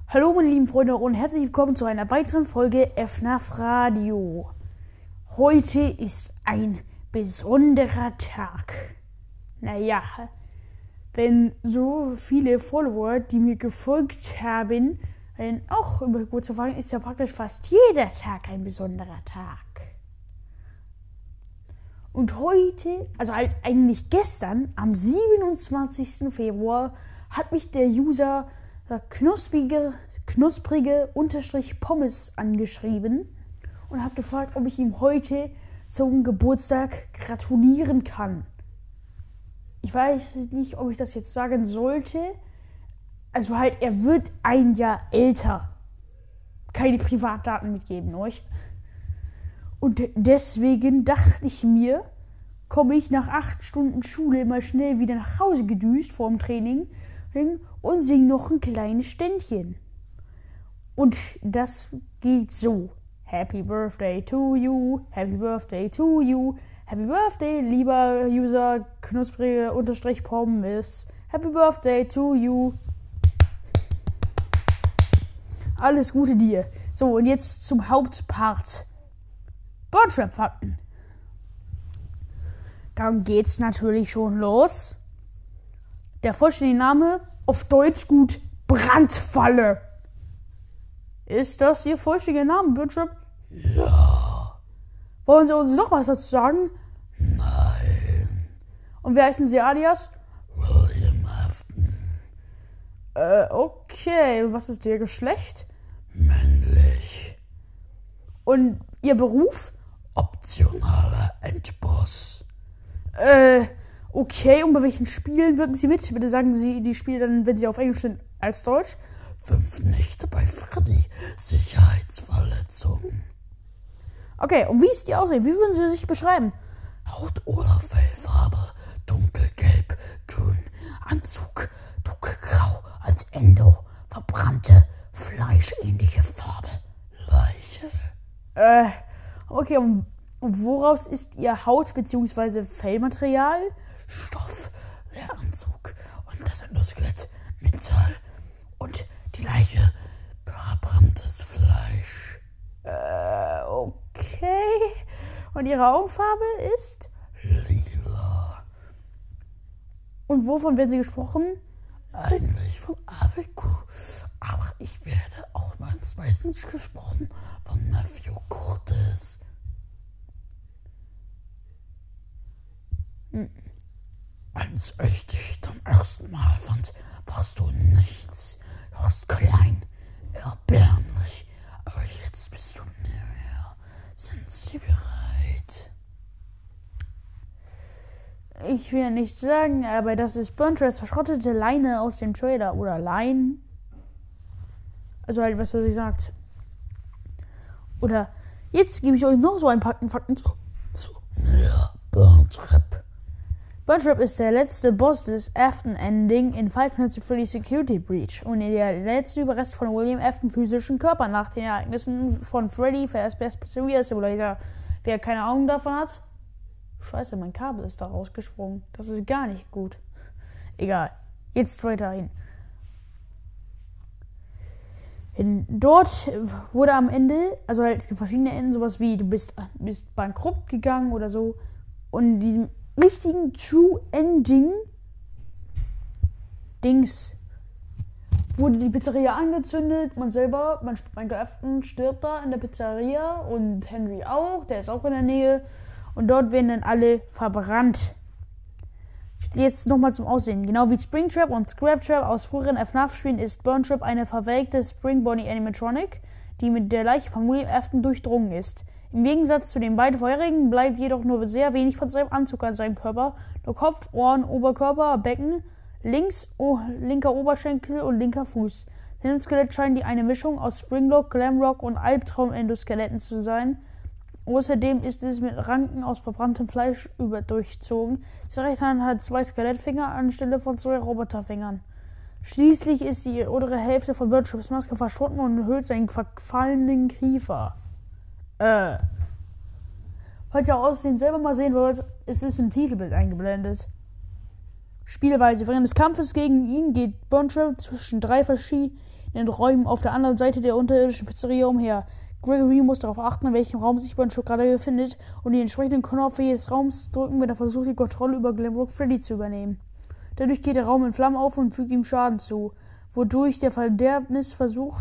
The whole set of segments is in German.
Hallo meine lieben Freunde und herzlich willkommen zu einer weiteren Folge FNAF Radio. Heute ist ein besonderer Tag. Naja, wenn so viele Follower, die mir gefolgt haben, auch über kurz erfahren, ist ja praktisch fast jeder Tag ein besonderer Tag. Und heute, also halt eigentlich gestern, am 27. Februar, hat mich der User knusprige _Pommes angeschrieben und hat gefragt, ob ich ihm heute zum Geburtstag gratulieren kann. Ich weiß nicht, ob ich das jetzt sagen sollte. Also halt, er wird ein Jahr älter. Keine Privatdaten mitgeben euch. Und deswegen dachte ich mir, komme ich nach 8 Stunden Schule mal schnell wieder nach Hause gedüst vor dem Training und singe noch ein kleines Ständchen. Und das geht so. Happy Birthday to you, Happy Birthday to you, Happy Birthday, lieber User knusprige _Pommes, Happy Birthday to you. Alles Gute dir. So, und jetzt zum Hauptpart. Burntrap-Fakten. Dann geht's natürlich schon los. Der vollständige Name, auf Deutsch gut, Brandfalle. Ist das Ihr vollständiger Name, Burntrap? Ja. Wollen Sie uns noch was dazu sagen? Nein. Und wer heißen Sie alias? William Afton. Okay. Und was ist Ihr Geschlecht? Männlich. Und Ihr Beruf? Optionaler Endboss. Okay. Und bei welchen Spielen wirken Sie mit? Bitte sagen Sie die Spiele dann, wenn Sie auf Englisch sind, als Deutsch. 5 Nächte bei Freddy. Sicherheitsverletzung. Okay. Und wie ist die Aussehen? Wie würden Sie sich beschreiben? Haut- oder Fellfarbe. Dunkelgelb, grün. Anzug, dunkelgrau. Als Endo. Verbrannte, fleischähnliche Farbe. Leiche. Okay. Und woraus ist Ihr Haut- bzw. Fellmaterial? Stoff, der Anzug und das Endoskelett. Metall und die Leiche. Verbranntes Fleisch. Okay. Und Ihre Augenfarbe ist? Lila. Und wovon werden Sie gesprochen? Eigentlich von Aveku. Aber ich werde auch meistens gesprochen von Matthew Curtis. Als ich dich zum ersten Mal fand, warst du nichts. Du warst klein, erbärmlich. Aber jetzt bist du näher. Sind Sie bereit? Ich will nicht sagen, aber das ist Burntraps verschrottete Leine aus dem Trailer. Oder Leinen. Also halt, was er sich sagt. Oder jetzt gebe ich euch noch so ein paar Fakten. So, näher, Burntrap. Burntrap ist der letzte Boss des Afton-Ending in Five Nights at Freddy's Security Breach und der letzte Überrest von William Afton physischen Körper nach den Ereignissen von Freddy Fazbear's Pizzeria Simulator. Wer keine Ahnung davon hat, scheiße, mein Kabel ist da rausgesprungen. Das ist gar nicht gut. Egal, jetzt weiterhin. Dort wurde am Ende, also halt, es gibt verschiedene Enden, sowas wie du bist bankrott gegangen oder so, und diesem richtigen True Ending Dings wurde die Pizzeria angezündet, man Afton stirbt da in der Pizzeria und Henry auch, der ist auch in der Nähe, und dort werden dann alle verbrannt. Jetzt nochmal zum Aussehen. Genau wie Springtrap und Scraptrap aus früheren FNAF-Spielen ist Burntrap eine verwelkte Spring Bonnie Animatronic, die mit der Leiche von William Afton durchdrungen ist. Im Gegensatz zu den beiden vorherigen bleibt jedoch nur sehr wenig von seinem Anzug an seinem Körper. Nur Kopf, Ohren, Oberkörper, Becken, linker Oberschenkel und linker Fuß. Sein Skelett scheint eine Mischung aus Springlock, Glamrock und Albtraum-Endoskeletten zu sein. Außerdem ist es mit Ranken aus verbranntem Fleisch durchzogen. Die rechte Hand hat 2 Skelettfinger anstelle von 2 Roboterfingern. Schließlich ist die untere Hälfte von Burntraps Maske verschwunden und hüllt seinen verfallenen Kiefer. Falls ihr Aussehen selber mal sehen wollt, ist es im Titelbild eingeblendet. Spielweise. Während des Kampfes gegen ihn geht Burntrap zwischen 3 verschiedenen in den Räumen auf der anderen Seite der unterirdischen Pizzeria umher. Gregory muss darauf achten, in welchem Raum sich Burnchip gerade befindet und die entsprechenden Knöpfe jedes Raums drücken, wenn er versucht, die Kontrolle über Glamrock Freddy zu übernehmen. Dadurch geht der Raum in Flammen auf und fügt ihm Schaden zu, wodurch der Verderbnisversuch,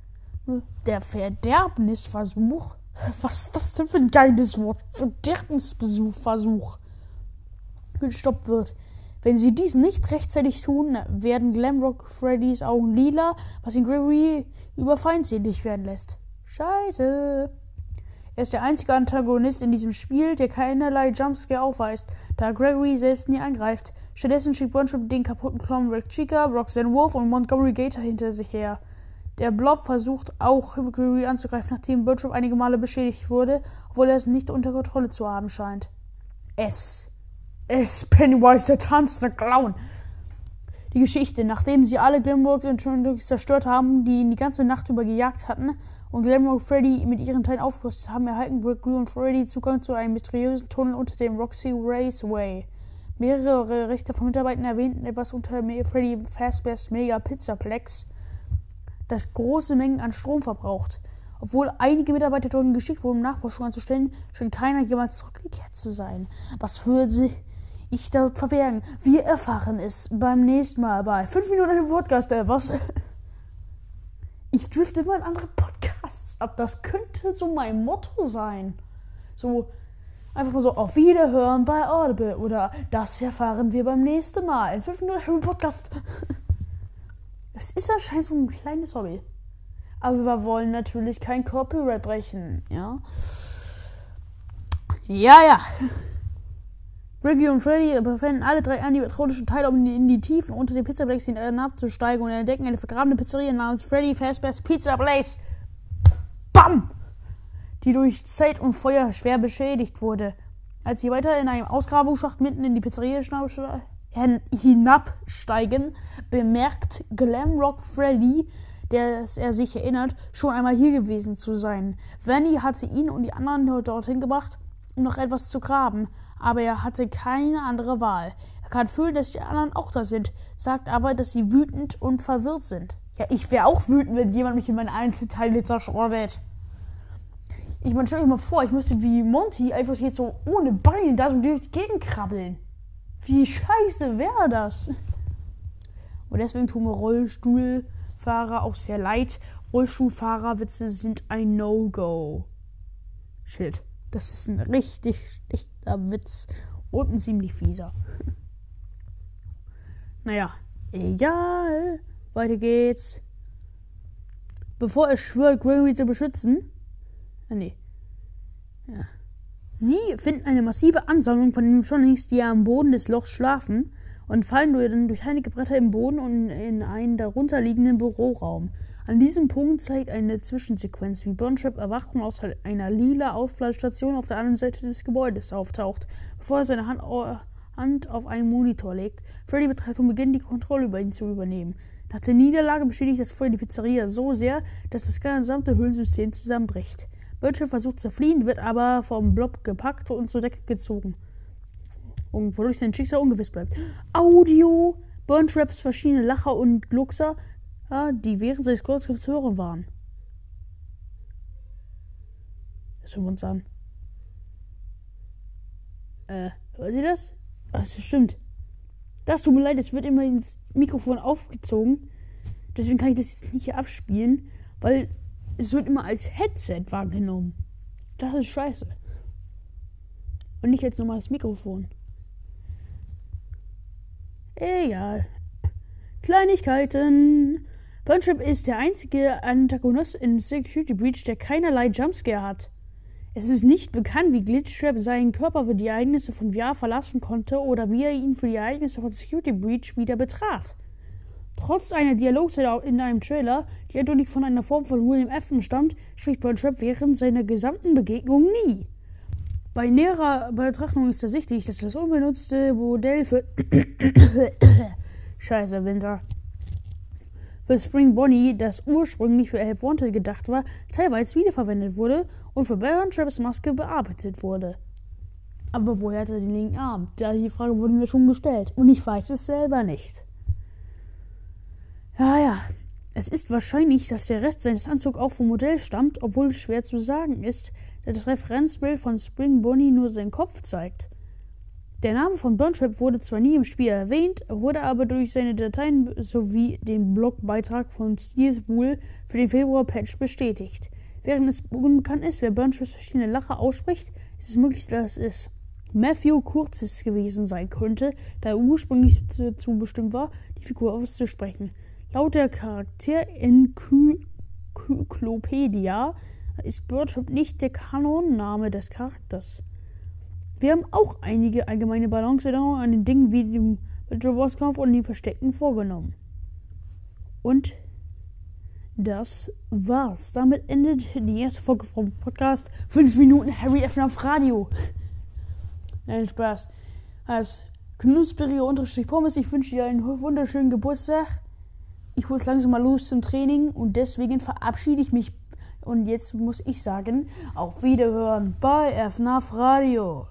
was ist das denn für ein geiles Wort? Verderbnisversuch gestoppt wird. Wenn sie dies nicht rechtzeitig tun, werden Glamrock Freddys Augen lila, was ihn Gregory über feindselig werden lässt. Scheiße. Er ist der einzige Antagonist in diesem Spiel, der keinerlei Jumpscare aufweist, da Gregory selbst nie angreift. Stattdessen schickt Burnchip den kaputten Clown Red Chica, Roxanne Wolf und Montgomery Gator hinter sich her. Der Blob versucht auch, Gregory anzugreifen, nachdem Burnchip einige Male beschädigt wurde, obwohl er es nicht unter Kontrolle zu haben scheint. Pennywise, der tanzende Clown. Die Geschichte: Nachdem sie alle Glamrock zerstört haben, die ihn die ganze Nacht über gejagt hatten, und Glamrock Freddy mit ihren Teilen aufgerüstet haben, erhalten Gregory und Freddy Zugang zu einem mysteriösen Tunnel unter dem Roxy Raceway. Mehrere Richter von Mitarbeitern erwähnten etwas unter Freddy Fazbear's Mega Pizzaplex, das große Mengen an Strom verbraucht. Obwohl einige Mitarbeiter dorthin geschickt wurden, um Nachforschungen anzustellen, scheint keiner jemals zurückgekehrt zu sein. Was würde sich dort verbergen? Wir erfahren es beim nächsten Mal bei 5 Minuten im Podcast. Was? Ich drifte immer in andere Podcasts ab. Das könnte so mein Motto sein. So einfach mal so: Auf Wiederhören bei Audible oder das erfahren wir beim nächsten Mal in 5 Minuten im Podcast. Es ist anscheinend so ein kleines Hobby. Aber wir wollen natürlich kein Copyright brechen, ja? Ja. Gregory und Freddy befehlen alle 3 animatronischen Teile, um in die Tiefen unter den Pizzaplex hinabzusteigen, und entdecken eine vergrabene Pizzeria namens Freddy Fazbear's Pizza Place. BAM! Die durch Zeit und Feuer schwer beschädigt wurde. Als sie weiter in einem Ausgrabungsschacht mitten in die Pizzeria hinabsteigen, bemerkt Glamrock Freddy, der er sich erinnert, schon einmal hier gewesen zu sein. Vanny hatte ihn und die anderen dorthin gebracht, um noch etwas zu graben, aber er hatte keine andere Wahl. Er kann fühlen, dass die anderen auch da sind, sagt aber, dass sie wütend und verwirrt sind. Ja, ich wäre auch wütend, wenn jemand mich in meine Einzelteile zerschrottet. Ich meine, stell euch mal vor, ich müsste wie Monty einfach jetzt so ohne Beine da so durch die Gegend krabbeln. Wie scheiße wäre das? Und deswegen tun mir Rollstuhlfahrer auch sehr leid. Rollstuhlfahrerwitze sind ein No-Go. Shit, das ist ein richtig schlechter Witz und ein ziemlich fieser. Naja, egal. Weiter geht's. Bevor er schwört, Gregory zu beschützen. Ja. Sie finden eine massive Ansammlung von den Shonings, die am Boden des Lochs schlafen, und fallen dann durch einige Bretter im Boden und in einen darunter liegenden Büroraum. An diesem Punkt zeigt eine Zwischensequenz, wie Burnchip erwacht und aus einer lila Aufladestation auf der anderen Seite des Gebäudes auftaucht, bevor er seine Hand auf einen Monitor legt. Freddy betreibt und beginnt, die Kontrolle über ihn zu übernehmen. Nach der Niederlage beschädigt das Feuer die Pizzeria so sehr, dass das gesamte Höhlensystem zusammenbricht. Burnchip versucht zu fliehen, wird aber vom Blob gepackt und zur Decke gezogen, wodurch sein Schicksal ungewiss bleibt. Audio: Burnchips verschiedene Lacher und Gluckser, die während seines Kurzgriffs zu hören waren. Das hören wir uns an. Hört ihr das? Das stimmt. Das tut mir leid, es wird immer ins Mikrofon aufgezogen. Deswegen kann ich das jetzt nicht hier abspielen, weil es wird immer als Headset wahrgenommen. Das ist scheiße. Und nicht als normales Mikrofon. Egal. Kleinigkeiten. Burnchip ist der einzige Antagonist in Security Breach, der keinerlei Jumpscare hat. Es ist nicht bekannt, wie Glitchtrap seinen Körper für die Ereignisse von VR verlassen konnte oder wie er ihn für die Ereignisse von Security Breach wieder betrat. Trotz einer Dialogszene in einem Trailer, die eindeutig von einer Form von William Afton stammt, spricht Burnchip während seiner gesamten Begegnung nie. Bei näherer Betrachtung ist ersichtlich, dass das unbenutzte Modell für Scheiße, Winter. Für Spring Bonnie, das ursprünglich für Help Wanted gedacht war, teilweise wiederverwendet wurde und für Burnchips Maske bearbeitet wurde. Aber woher hat er den linken Arm? Die Frage wurde mir schon gestellt und ich weiß es selber nicht. Ja. Es ist wahrscheinlich, dass der Rest seines Anzugs auch vom Modell stammt, obwohl es schwer zu sagen ist, da das Referenzbild von Spring Bonnie nur seinen Kopf zeigt. Der Name von Burntrap wurde zwar nie im Spiel erwähnt, wurde aber durch seine Dateien sowie den Blogbeitrag von Steelspool für den Februar-Patch bestätigt. Während es unbekannt ist, wer Burntraps verschiedene Lacher ausspricht, ist es möglich, dass es Matthew Curtis gewesen sein könnte, da er ursprünglich dazu bestimmt war, die Figur auszusprechen. Laut der Charakter-Enzyklopädie ist Burntrap nicht der Kanonname des Charakters. Wir haben auch einige allgemeine Balanceänderungen an den Dingen wie dem Bosskampf und den Verstecken vorgenommen. Und das war's. Damit endet die erste Folge vom Podcast 5 Minuten Harry FNAF Radio. Nein, Spaß. Als knusprige-Pommes, ich wünsche dir einen wunderschönen Geburtstag. Ich muss langsam mal los zum Training und deswegen verabschiede ich mich. Und jetzt muss ich sagen, auf Wiederhören bei FNAF Radio.